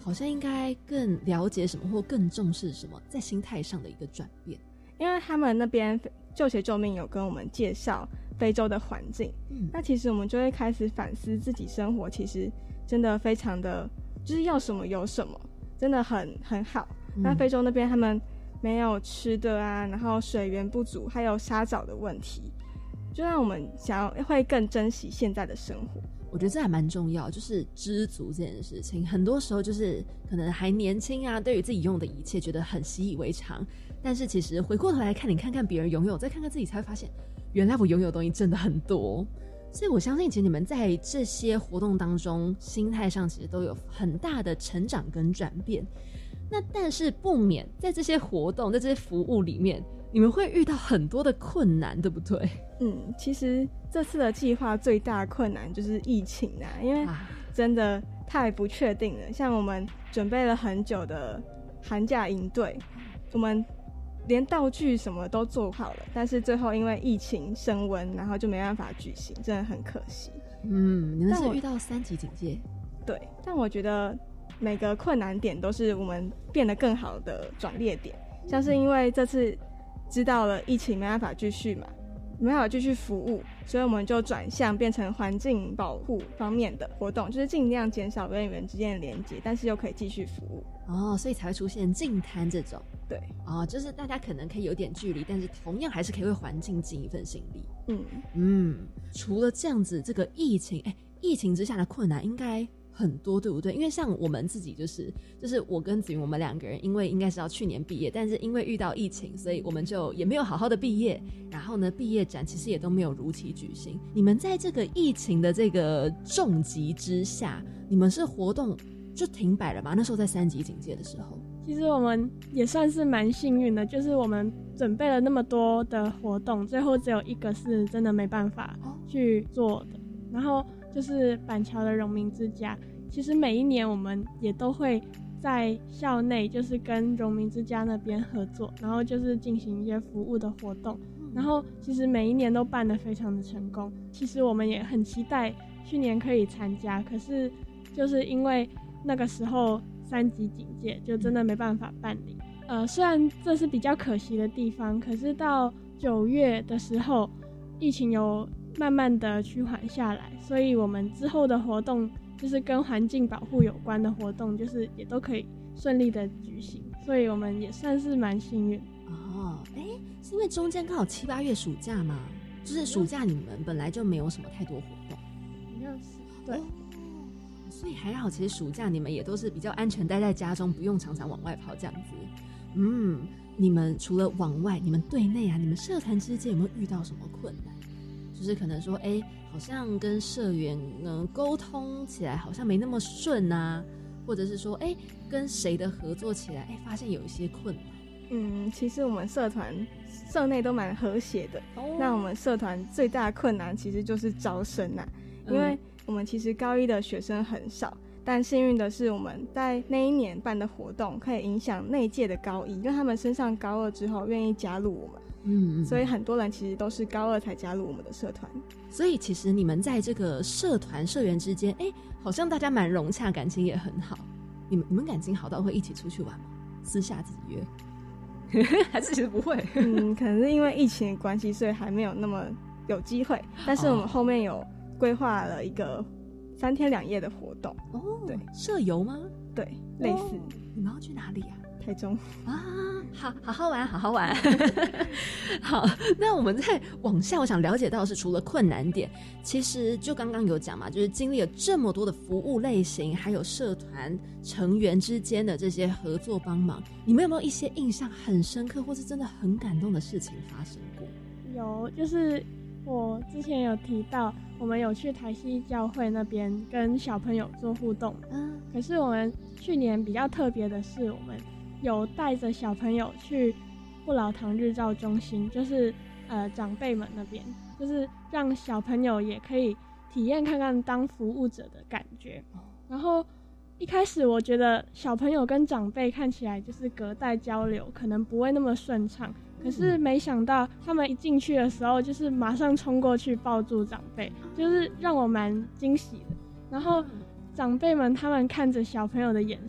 好像应该更了解什么或更重视什么，在心态上的一个转变。 因为他们那边救血救命有跟我们介绍非洲的环境，那其实我们就会开始反思自己生活，其实真的非常的就是要什么有什么，真的很好。那非洲那边他们没有吃的啊，然后水源不足，还有沙蚤的问题，就让我们会更珍惜现在的生活。 我觉得这还蛮重要，就是知足这件事情，很多时候就是可能还年轻啊，对于自己拥有的一切觉得很习以为常，但是其实回过头来看，你看看别人拥有，再看看自己，才会发现原来我拥有的东西真的很多。所以我相信其实你们在这些活动当中心态上其实都有很大的成长跟转变。那但是不免在这些活动在这些服务里面，你们会遇到很多的困难，对不对？ 其实这次的计划最大的困难就是疫情啊，因为真的太不确定了。像我们准备了很久的寒假营队，我们连道具什么都做好了，但是最后因为疫情升温，然后就没办法举行，真的很可惜。 你们是遇到3级警戒？ 对，但我觉得每个困难点都是我们变得更好的转捩点，像是因为这次知道了疫情没办法继续嘛，没办法继续服务，所以我们就转向变成环境保护方面的活动，就是尽量减少人与人之间的连接，但是又可以继续服务。 所以才会出现净滩这种。 对， 就是大家可能可以有点距离，但是同样还是可以为环境尽一份心力。除了这样子，这个疫情之下的困难应该很多，对不对？因为像我们自己就是我跟子云，我们2个人因为应该是要去年毕业，但是因为遇到疫情，所以我们就也没有好好的毕业，然后呢毕业展其实也都没有如期举行。你们在这个疫情的这个重击之下，你们是活动就停摆了吗？那时候在3级警戒的时候。 其实我们也算是蛮幸运的，就是我们准备了那么多的活动，最后只有一个是真的没办法去做的。然后就是板桥的荣民之家，其实每一年我们也都会在校内就是跟荣民之家那边合作，然后就是进行一些服务的活动，然后其实每一年都办得非常的成功。其实我们也很期待去年可以参加，可是就是因为那个时候3级警戒，就真的没办法办理。虽然这是比较可惜的地方，可是到9月的时候，疫情有慢慢的趋缓下来，所以我们之后的活动就是跟环境保护有关的活动，就是也都可以顺利的举行，所以我们也算是蛮幸运。 是因为中间刚好7、8月暑假吗？就是暑假你们本来就没有什么太多活动？ 好像是，对。 所以还好，其实暑假你们也都是比较安全待在家中，不用常常往外跑这样子。你们除了往外，你们对内啊，你们社团之间有没有遇到什么困难？就是可能说，好像跟社员沟通起来好像没那么顺啊，或者是说，跟谁的合作起来，发现有一些困难。 其实我们社团社内都蛮和谐的。那我们社团最大的困难其实就是招生啊，因为我们其实高一的学生很少，但幸运的是我们在那一年办的活动可以影响那一届的高一，让他们升上高2之后愿意加入我们。所以很多人其实都是高2才加入我们的社团。 所以其实你们在这个社团社员之间，好像大家蛮融洽，感情也很好。你们感情好到会一起出去玩吗？私下自己约？还是其实不会？ 可能是因为疫情的关系，所以还没有那么有机会。但是我们后面有规划了一个3天2夜的活动。对， 社游吗？ 对，类似。 你们要去哪里啊？ 台中啊，好好玩，好好玩。好，那我们再往下，我想了解到的是，除了困难点，其实就刚刚有讲嘛，就是经历了这么多的服务类型，还有社团成员之间的这些合作帮忙，你们有没有一些印象很深刻，或是真的很感动的事情发生过？ 有，就是我之前有提到，我们有去台西教会那边跟小朋友做互动。可是我们去年比较特别的是，我们有带着小朋友去不老堂日照中心，就是长辈们那边，就是让小朋友也可以体验看看当服务者的感觉。然后一开始我觉得小朋友跟长辈看起来就是隔代交流，可能不会那么顺畅。可是没想到他们一进去的时候，就是马上冲过去抱住长辈，就是让我蛮惊喜的。然后长辈们他们看着小朋友的眼神，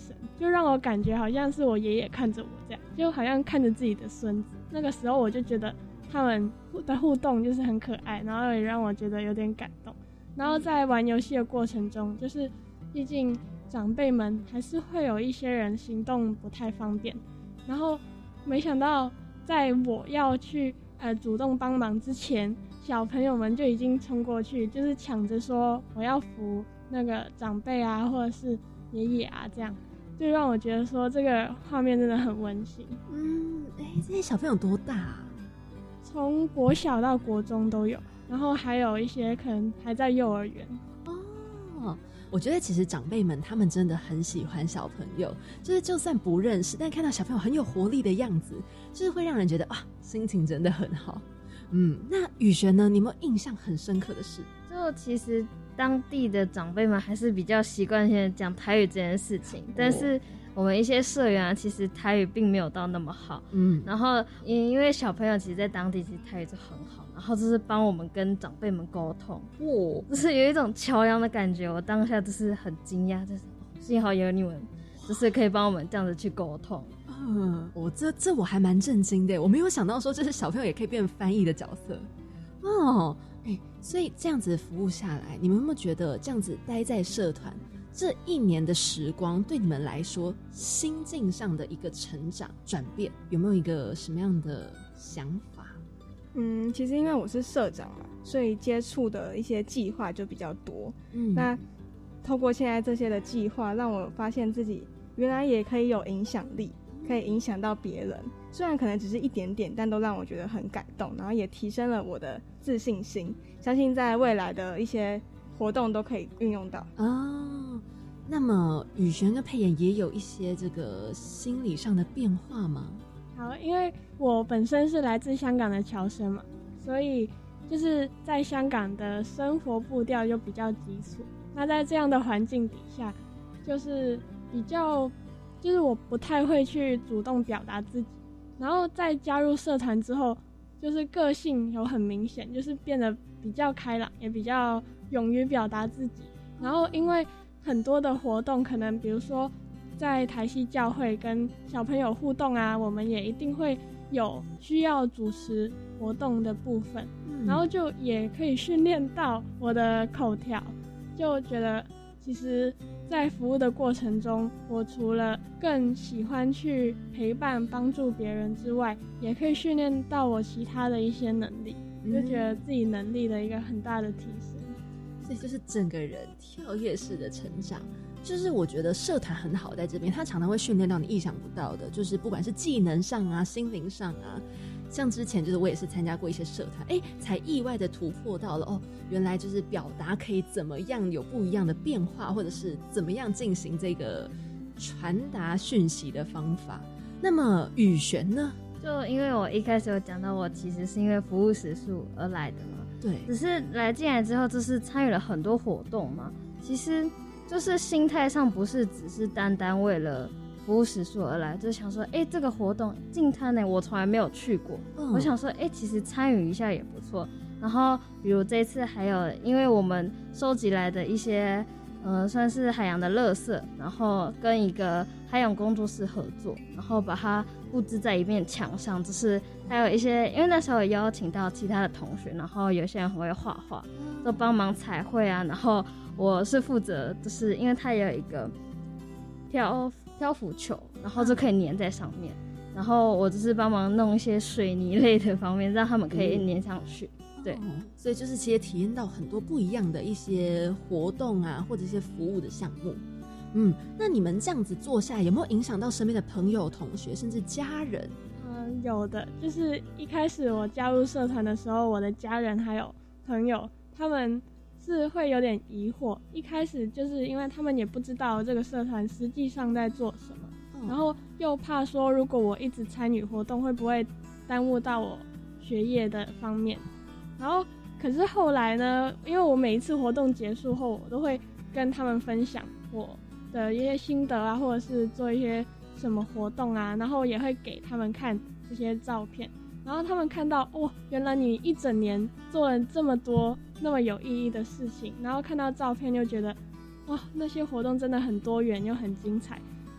就让我感觉好像是我爷爷看着我这样，就好像看着自己的孙子。那个时候我就觉得他们的互动就是很可爱，然后也让我觉得有点感动。然后在玩游戏的过程中，就是毕竟长辈们还是会有一些人行动不太方便，然后没想到在我要去主动帮忙之前，小朋友们就已经冲过去，就是抢着说我要扶那个长辈啊，或者是爷爷啊，这样就让我觉得说这个画面真的很温馨。 这些小朋友多大啊？ 从国小到国中都有，然后还有一些可能还在幼儿园。 我觉得其实长辈们他们真的很喜欢小朋友，就是就算不认识，但看到小朋友很有活力的样子，就是会让人觉得心情真的很好。那宇璇呢？你有没有印象很深刻的事？ 就其实当地的长辈们还是比较习惯性讲台语这件事情，但是我们一些社员啊，其实台语并没有到那么好。然后因为小朋友其实在当地其实台语就很好，然后就是帮我们跟长辈们沟通，就是有一种桥梁的感觉。我当下就是很惊讶，就是幸好有你们，就是可以帮我们这样子去沟通。 这我还蛮震惊的，我没有想到说这是小朋友也可以变翻译的角色所以这样子服务下来，你们有没有觉得这样子待在社团这1年的时光，对你们来说心境上的一个成长转变，有没有一个什么样的想法？ 其实因为我是社长嘛，所以接触的一些计划就比较多。那透过现在这些的计划，让我发现自己原来也可以有影响力，可以影响到别人。虽然可能只是一点点，但都让我觉得很感动，然后也提升了我的自信心。相信在未来的一些活动都可以运用到。 那么宇璇跟佩妍也有一些这个心理上的变化吗？ 好，因为我本身是来自香港的侨生嘛，所以就是在香港的生活步调就比较急促。那在这样的环境底下，就是比较，就是我不太会去主动表达自己。然后在加入社团之后，就是个性有很明显，就是变得比较开朗，也比较勇于表达自己。然后因为很多的活动，可能比如说在台西教会跟小朋友互动啊，我们也一定会有需要主持活动的部分，然后就也可以训练到我的口条，就觉得其实在服务的过程中，我除了更喜欢去陪伴帮助别人之外，也可以训练到我其他的一些能力，就觉得自己能力的一个很大的提升。 所以就是整个人跳跃式的成长。就是我觉得社团很好在这边，它常常会训练到你意想不到的，就是不管是技能上啊、心灵上啊。像之前就是我也是参加过一些社团，才意外的突破到了原来就是表达可以怎么样有不一样的变化，或者是怎么样进行这个传达讯息的方法。那么宇璇呢？ 就因为我一开始有讲到，我其实是因为服务时数而来的嘛， 对， 只是进来之后，就是参与了很多活动嘛，其实就是心态上不是只是单单为了服务时数而来，就是想说这个活动净滩呢我从来没有去过，我想说其实参与一下也不错。然后比如这次还有因为我们收集来的一些算是海洋的垃圾，然后跟一个海洋工作室合作，然后把它布置在一面墙上，就是还有一些因为那时候有邀请到其他的同学，然后有些人很会画画，就帮忙彩绘啊，然后我是负责就是因为它也有一个漂浮球，然后就可以粘在上面，然后我就是帮忙弄一些水泥类的方面，让他们可以粘上去。对， 所以就是其实体验到很多不一样的一些活动啊，或者一些服务的项目。那你们这样子做下来，有没有影响到身边的朋友、同学，甚至家人？ 有的，就是一开始我加入社团的时候，我的家人还有朋友，他们是会有点疑惑。一开始就是因为他们也不知道这个社团实际上在做什么，然后又怕说如果我一直参与活动，会不会耽误到我学业的方面。然后可是后来呢，因为我每一次活动结束后，我都会跟他们分享我的一些心得啊，或者是做一些什么活动啊，然后也会给他们看这些照片，然后他们看到原来你一整年做了这么多那么有意义的事情，然后看到照片就觉得那些活动真的很多元又很精彩，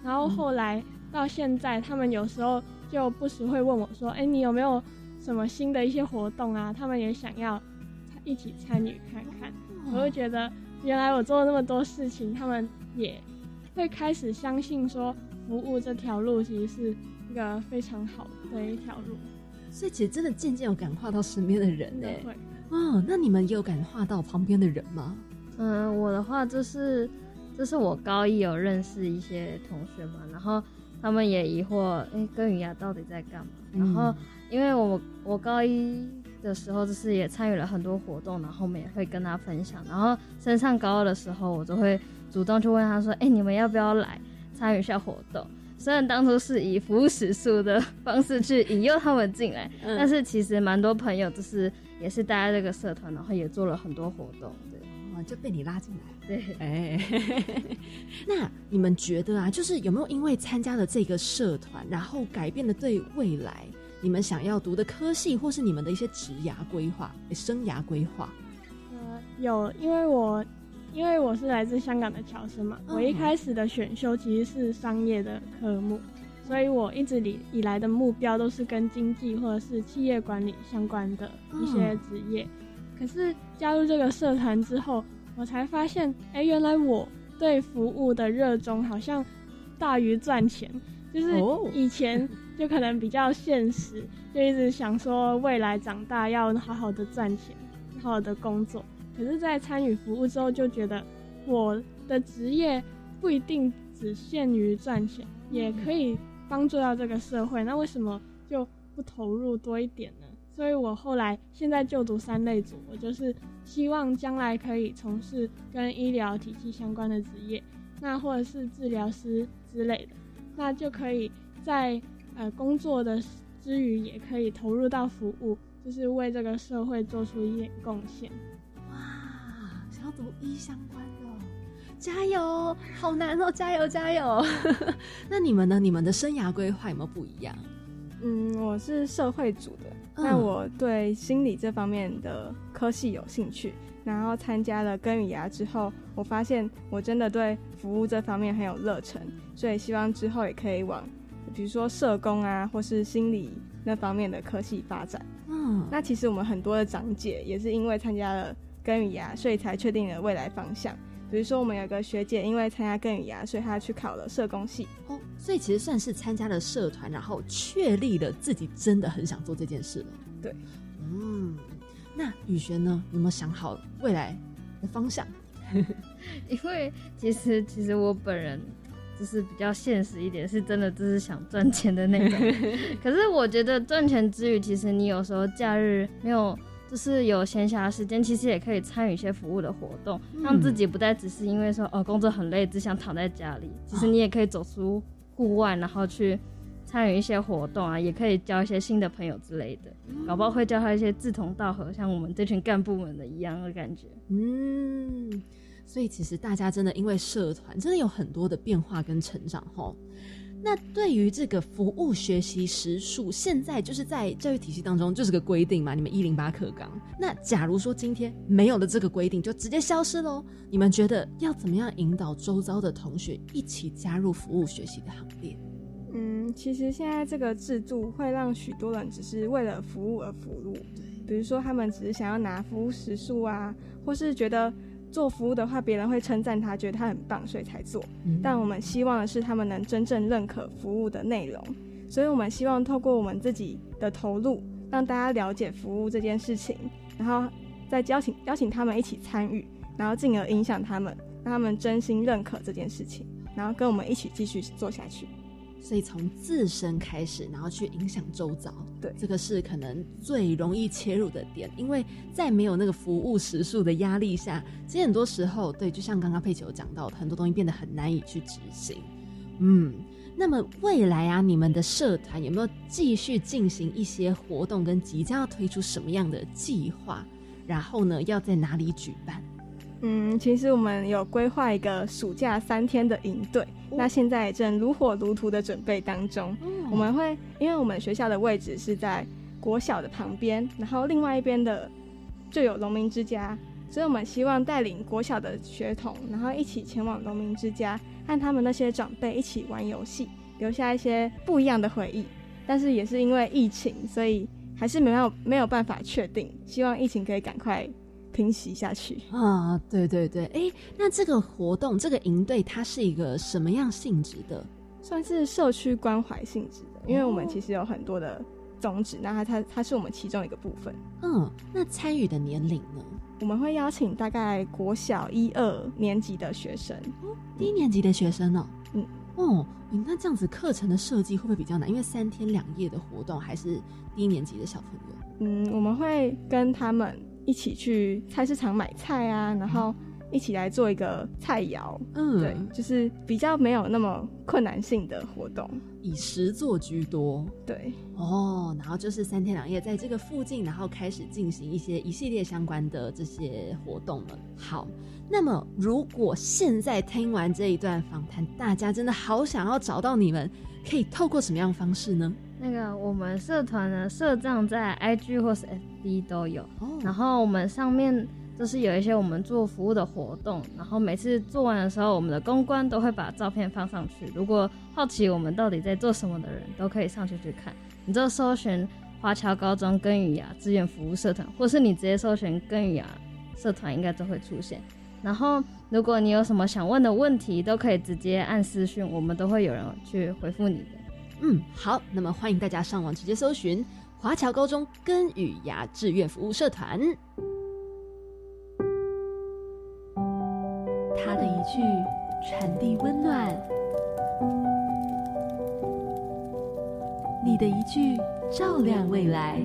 然后后来到现在，他们有时候就不时会问我说，你有没有什么新的一些活动啊？他们也想要一起参与看看。我就觉得原来我做了那么多事情，他们也会开始相信说服务这条路其实是一个非常好的一条路。 所以其实真的渐渐有感化到身边的人会那你们也有感化到旁边的人吗？ 我的话就是我高一有认识一些同学嘛，然后他们也疑惑耕耘牙到底在干嘛，然后因为我高一的时候就是也参与了很多活动，然后我们也会跟他分享，然后升上高二的时候我就会主动去问他说你们要不要来参与一下活动。虽然当初是以服务时数的方式去引诱他们进来，但是其实蛮多朋友就是也是待在这个社团，然后也做了很多活动，对， 就被你拉进来。 对， 那你们觉得啊，就是有没有因为参加了这个社团，然后改变了对未来你们想要读的科系，或是你们的一些职涯规划、生涯规划？ 有，因为我是来自香港的侨生嘛，我一开始的选修其实是商业的科目，所以我一直以来的目标都是跟经济或者是企业管理相关的一些职业。可是加入这个社团之后，我才发现，原来我对服务的热衷好像大于赚钱。就是以前就可能比较现实，就一直想说未来长大要好好的赚钱，好好的工作。可是在参与服务之后，就觉得我的职业不一定只限于赚钱，也可以帮助到这个社会，那为什么就不投入多一点呢？所以我后来现在就读3类组，我就是希望将来可以从事跟医疗体系相关的职业，那或者是治疗师之类的，那就可以在工作的之余也可以投入到服务，就是为这个社会做出一点贡献。 想要读医相关的，加油，好难哦，加油加油。那你们呢？你们的生涯规划有没有不一样？ 我是社会组的，那我对心理这方面的科系有兴趣，然后参加了耕耘牙之后，我发现我真的对服务这方面很有热忱，所以希望之后也可以往比如说社工啊或是心理那方面的科系发展。那其实我们很多的长姐也是因为参加了耕耘牙，所以才确定了未来方向。比如说我们有个学姐因为参加耕耘牙，所以她去考了社工系。 所以其实算是参加了社团，然后确立了自己真的很想做这件事了。 对， 那宇璇呢？有没有想好未来的方向？ 因为其实我本人就是比较现实一点，是真的就是想赚钱的那种。可是我觉得赚钱之余，其实你有时候假日没有就是有闲暇时间，其实也可以参与一些服务的活动，让自己不再只是因为说工作很累只想躺在家里，其实你也可以走出户外，然后去参与一些活动啊，也可以交一些新的朋友之类的，搞不好会交到一些志同道合，像我们这群干部们的一样的感觉。 所以其实大家真的因为社团真的有很多的变化跟成长齁。那对于这个服务学习时数，现在就是在教育体系当中就是个规定嘛，你们108课纲。那假如说今天没有了这个规定，就直接消失咯，你们觉得要怎么样引导周遭的同学一起加入服务学习的行列？ 其实现在这个制度会让许多人只是为了服务而服务，比如说他们只是想要拿服务时数啊，或是觉得做服务的话别人会称赞他，觉得他很棒，所以才做。但我们希望的是他们能真正认可服务的内容，所以我们希望透过我们自己的投入，让大家了解服务这件事情，然后再邀请他们一起参与，然后进而影响他们，让他们真心认可这件事情，然后跟我们一起继续做下去。 所以从自身开始，然后去影响周遭， 对， 这个是可能最容易切入的点。因为在没有那个服务时数的压力下，其实很多时候，对，就像刚刚佩奇有讲到的，很多东西变得很难以去执行。那么未来啊，你们的社团有没有继续进行一些活动，跟即将要推出什么样的计划？然后呢，要在哪里举办？ 其实我们有规划一个暑假3天的营队，那现在也正如火如荼的准备当中。我们会，因为我们学校的位置是在国小的旁边，然后另外一边的就有农民之家，所以我们希望带领国小的学童，然后一起前往农民之家， 和他们那些长辈一起玩游戏，留下一些不一样的回忆。但是也是因为疫情，所以还是没有办法确定，希望疫情可以赶快平息下去啊！对对对，那这个活动，这个营队，它是一个什么样性质的？ 算是社区关怀性质的，因为我们其实有很多的宗旨，那它是我们其中一个部分。 那参与的年龄呢？ 我们会邀请大概国小1、2年级的学生， 低年级的学生哦。那这样子课程的设计会不会比较难？因为3天2夜的活动，还是低年级的小朋友？我们会跟他们一起去菜市场买菜啊，然后一起来做一个菜肴。对，就是比较没有那么困难性的活动， 以实作居多。 对， 然后就是3天2夜在这个附近，然后开始进行一系列相关的这些活动了。好。那么如果现在听完这一段访谈，大家真的好想要找到你们，可以透过什么样的方式呢？ 我们社团呢，社账在 IG 或是 FB 都有，然后我们上面就是有一些我们做服务的活动，然后每次做完的时候，我们的公关都会把照片放上去，如果好奇我们到底在做什么的人，都可以上去看。你就搜寻华侨高中耕与雅志愿服务社团，或是你直接搜寻耕与雅社团，应该都会出现。然后如果你有什么想问的问题，都可以直接按私讯，我们都会有人去回复你的。 好，那么欢迎大家上网直接搜寻华侨高中耕与雅志愿服务社团。他的一句传递温暖，你的一句照亮未来，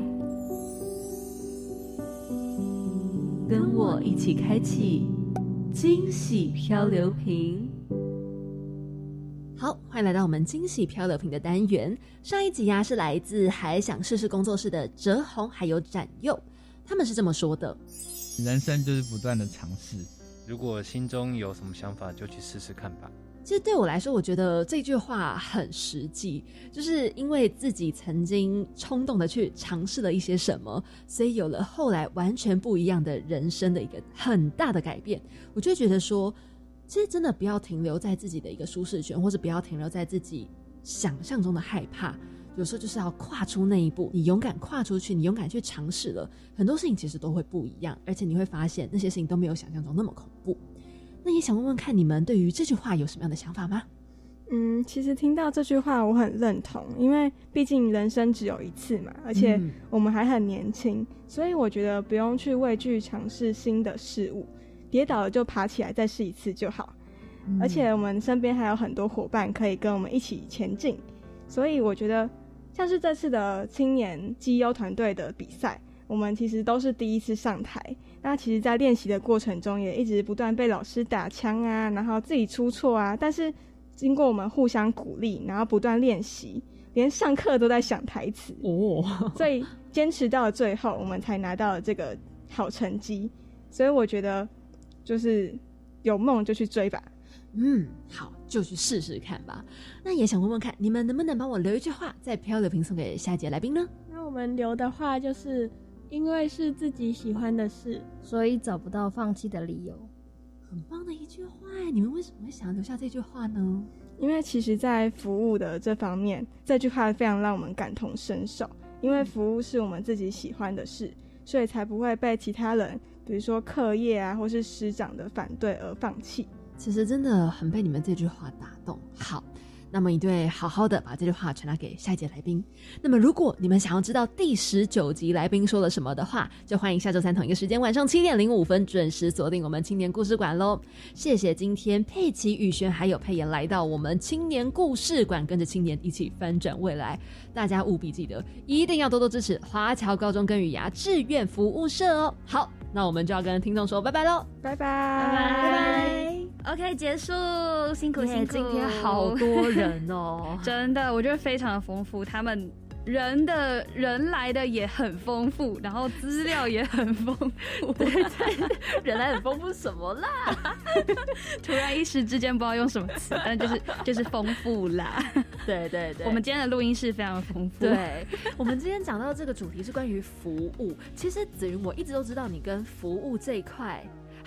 跟我一起开启惊喜漂流瓶。好，欢迎来到我们惊喜漂流瓶的单元。上一集是来自还想试试工作室的哲宏还有展佑，他们是这么说的： 人生就是不断的尝试，如果心中有什么想法就去试试看吧。 其实对我来说，我觉得这句话很实际，就是因为自己曾经冲动的去尝试了一些什么，所以有了后来完全不一样的人生的一个很大的改变。我就觉得说，其实真的不要停留在自己的一个舒适圈，或者不要停留在自己想象中的害怕，有时候就是要跨出那一步，你勇敢跨出去，你勇敢去尝试了，很多事情其实都会不一样，而且你会发现那些事情都没有想象中那么恐怖。那也想问问看你们对于这句话有什么样的想法吗？ 其实听到这句话我很认同，因为毕竟人生只有一次嘛，而且我们还很年轻，所以我觉得不用去畏惧尝试新的事物，跌倒了就爬起来再试一次就好。而且我们身边还有很多伙伴可以跟我们一起前进，所以我觉得像是这次的青年绩优团队的比赛，我们其实都是第一次上台，那其实在练习的过程中也一直不断被老师打枪啊，然后自己出错啊，但是经过我们互相鼓励，然后不断练习，连上课都在想台词所以坚持到了最后，我们才拿到了这个好成绩。所以我觉得就是有梦就去追吧。 好，就去试试看吧。那也想问问看，你们能不能帮我留一句话在漂流瓶送给下一节来宾呢？ 那我们留的话就是因为是自己喜欢的事， 所以找不到放弃的理由。 很棒的一句话，你们为什么会想要留下这句话呢？ 因为其实在服务的这方面，这句话非常让我们感同身受，因为服务是我们自己喜欢的事，所以才不会被其他人比如说课业啊或是师长的反对而放弃。 其实真的很被你们这句话打动。好，那么一定会好好的把这句话传达给下一节来宾。那么如果你们想要知道第19集来宾说了什么的话，就欢迎下周3同一个时间晚上7点05分准时锁定我们青年故事馆咯。谢谢今天佩奇、宇轩还有佩妍来到我们青年故事馆，跟着青年一起翻转未来。大家务必记得一定要多多支持华侨高中耕与雅志愿服务社哦。好，那我们就要跟听众说拜拜咯。 拜拜拜拜。OK， 结束，辛苦辛苦。 今天好多人哦真的，我觉得非常的丰富，他们人来的也很丰富，然后资料也很丰富。 对，人来很丰富什么啦？ 突然一时之间不知道用什么词，但就是丰富啦。 对对对， 我们今天的录音室非常的丰富。 对，我们今天讲到这个主题是关于服务。其实子云，我一直都知道你跟服务这一块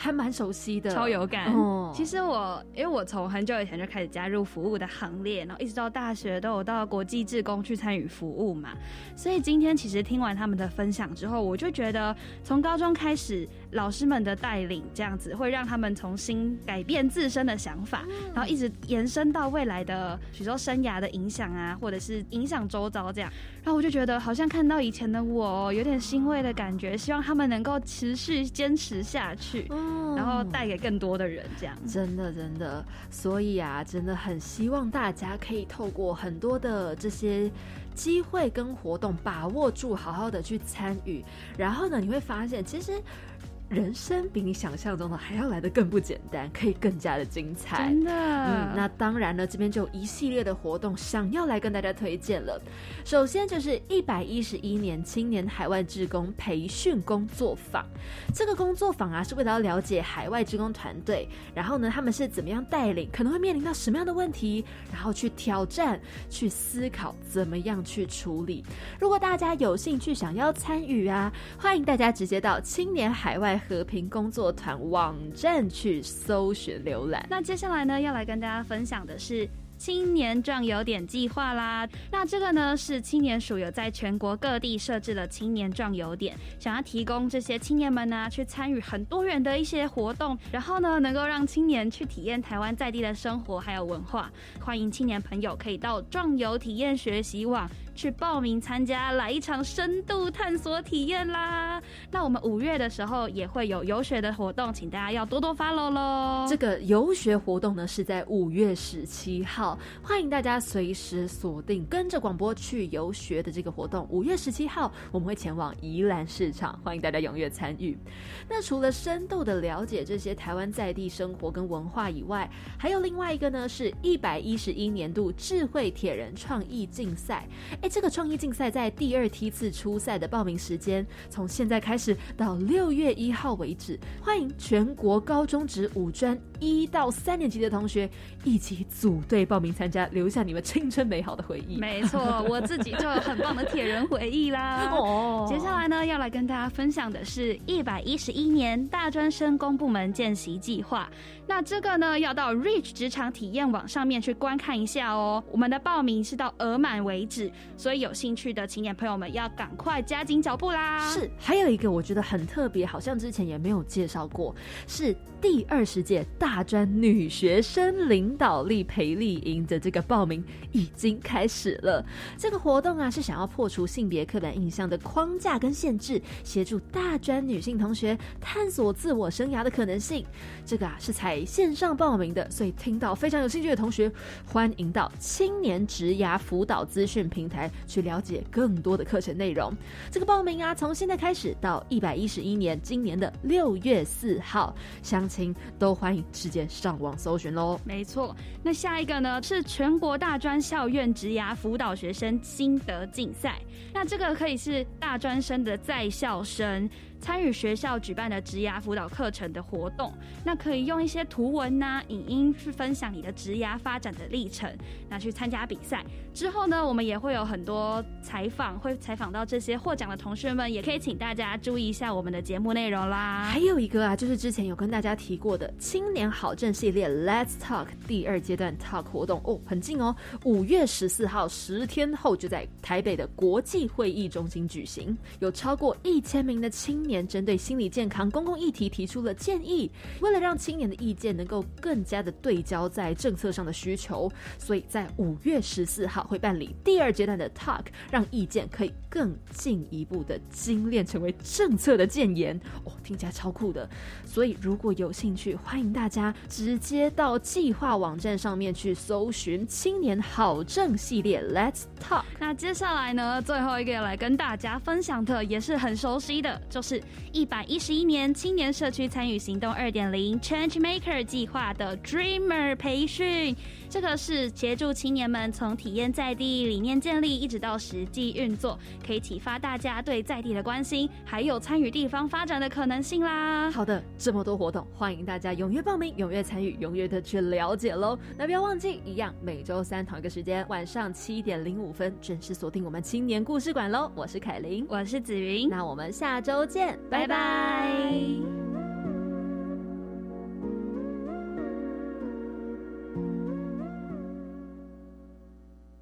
还蛮熟悉的， 超有感。其实因为我从很久以前就开始加入服务的行列，然后一直到大学都有到国际志工去参与服务嘛，所以今天其实听完他们的分享之后，我就觉得从高中开始，老师们的带领这样子会让他们重新改变自身的想法，然后一直延伸到未来的比如说生涯的影响啊，或者是影响周遭这样。然后我就觉得好像看到以前的我有点欣慰的感觉，希望他们能够持续坚持下去，然后带给更多的人这样。 真的，所以啊，真的很希望大家可以透过很多的这些机会跟活动把握住，好好的去参与，然后呢，你会发现其实人生比你想象中的还要来得更不简单，可以更加的精彩。 真的。 那当然呢，这边就有一系列的活动想要来跟大家推荐了。首先就是111年青年海外志工培训工作坊。这个工作坊啊，是为了要了解海外志工团队，然后呢，他们是怎么样带领，可能会面临到什么样的问题，然后去挑战，去思考怎么样去处理。如果大家有兴趣想要参与啊，欢迎大家直接到青年海外和平工作团网站去搜寻浏览。 那接下来呢，要来跟大家分享的是青年壮游点计划啦。那这个呢，是青年署有在全国各地设置了青年壮游点，想要提供这些青年们呢去参与很多元的一些活动，然后呢能够让青年去体验台湾在地的生活还有文化。欢迎青年朋友可以到壮游体验学习网去报名参加，来一场深度探索体验啦。那我们5月的时候也会有游学的活动，请大家要多多 follow 咯。 这个游学活动呢是在5月17号，欢迎大家随时锁定跟着广播去游学的这个活动。5月17号我们会前往宜兰市场，欢迎大家踊跃参与。那除了深度的了解这些台湾在地生活跟文化以外，还有另外一个呢是111年度智慧铁人创意竞赛。这个创意竞赛在第2梯次初赛的报名时间从现在开始到6月1号为止，欢迎全国高中职5专1到3年级的同学一起组队报名参加，留下你们青春美好的回忆。 没错，我自己就有很棒的铁人回忆啦。接下来呢，要来跟大家分享的是111年大专生公部门见习计划。那这个呢，要到 Reach 职场体验网上面去观看一下哦。我们的报名是到额满为止，所以有兴趣的青年朋友们要赶快加紧脚步啦。 是，还有一个我觉得很特别，好像之前也没有介绍过，是第20届大专女学生领导力培力营的这个报名已经开始了。这个活动啊，是想要破除性别刻板印象的框架跟限制，协助大专女性同学探索自我生涯的可能性。这个啊是采线上报名的，所以听到非常有兴趣的同学，欢迎到青年职涯辅导资讯平台去了解更多的课程内容。这个报名啊，从现在开始到111年今年的6月4号，详情都欢迎直接上网搜寻咯。 没错，那下一个呢是全国大专校院职涯辅导学生心得竞赛。那这个可以是大专生的在校生参与学校举办的职涯辅导课程的活动，那可以用一些图文啊、影音去分享你的职涯发展的历程，那去参加比赛之后呢，我们也会有很多采访，会采访到这些获奖的同学们，也可以请大家注意一下我们的节目内容啦。 还有一个啊，就是之前有跟大家提过的青年好政系列 Let's Talk 第2阶段 Talk 活动哦，很近哦，5月14号10天后就在台北的国际会议中心举行，有超过1000名的青年针对心理健康公共议题提出了建议。为了让青年的意见能够更加的对焦在政策上的需求，所以在5月14号会办理第2阶段的 Talk， 让意见可以更进一步的精炼成为政策的建言哦，听起来超酷的。所以如果有兴趣，欢迎大家直接到计划网站上面去搜寻青年好政系列 Let's Talk。 那接下来呢，最后一个要来跟大家分享的也是很熟悉的，就是111年青年社区参与行动 2.0 Changemaker 计划的 Dreamer 培训。这个是协助青年们从体验在地、理念建立一直到实际运作，可以启发大家对在地的关心，还有参与地方发展的可能性啦。 好的，这么多活动，欢迎大家踊跃报名、踊跃参与、踊跃的去了解咯。那不要忘记，一样每周3同一个时间，晚上7点05分准时锁定我们青年故事馆咯。我是凯琳， 我是子云， 那我们下周见，拜拜。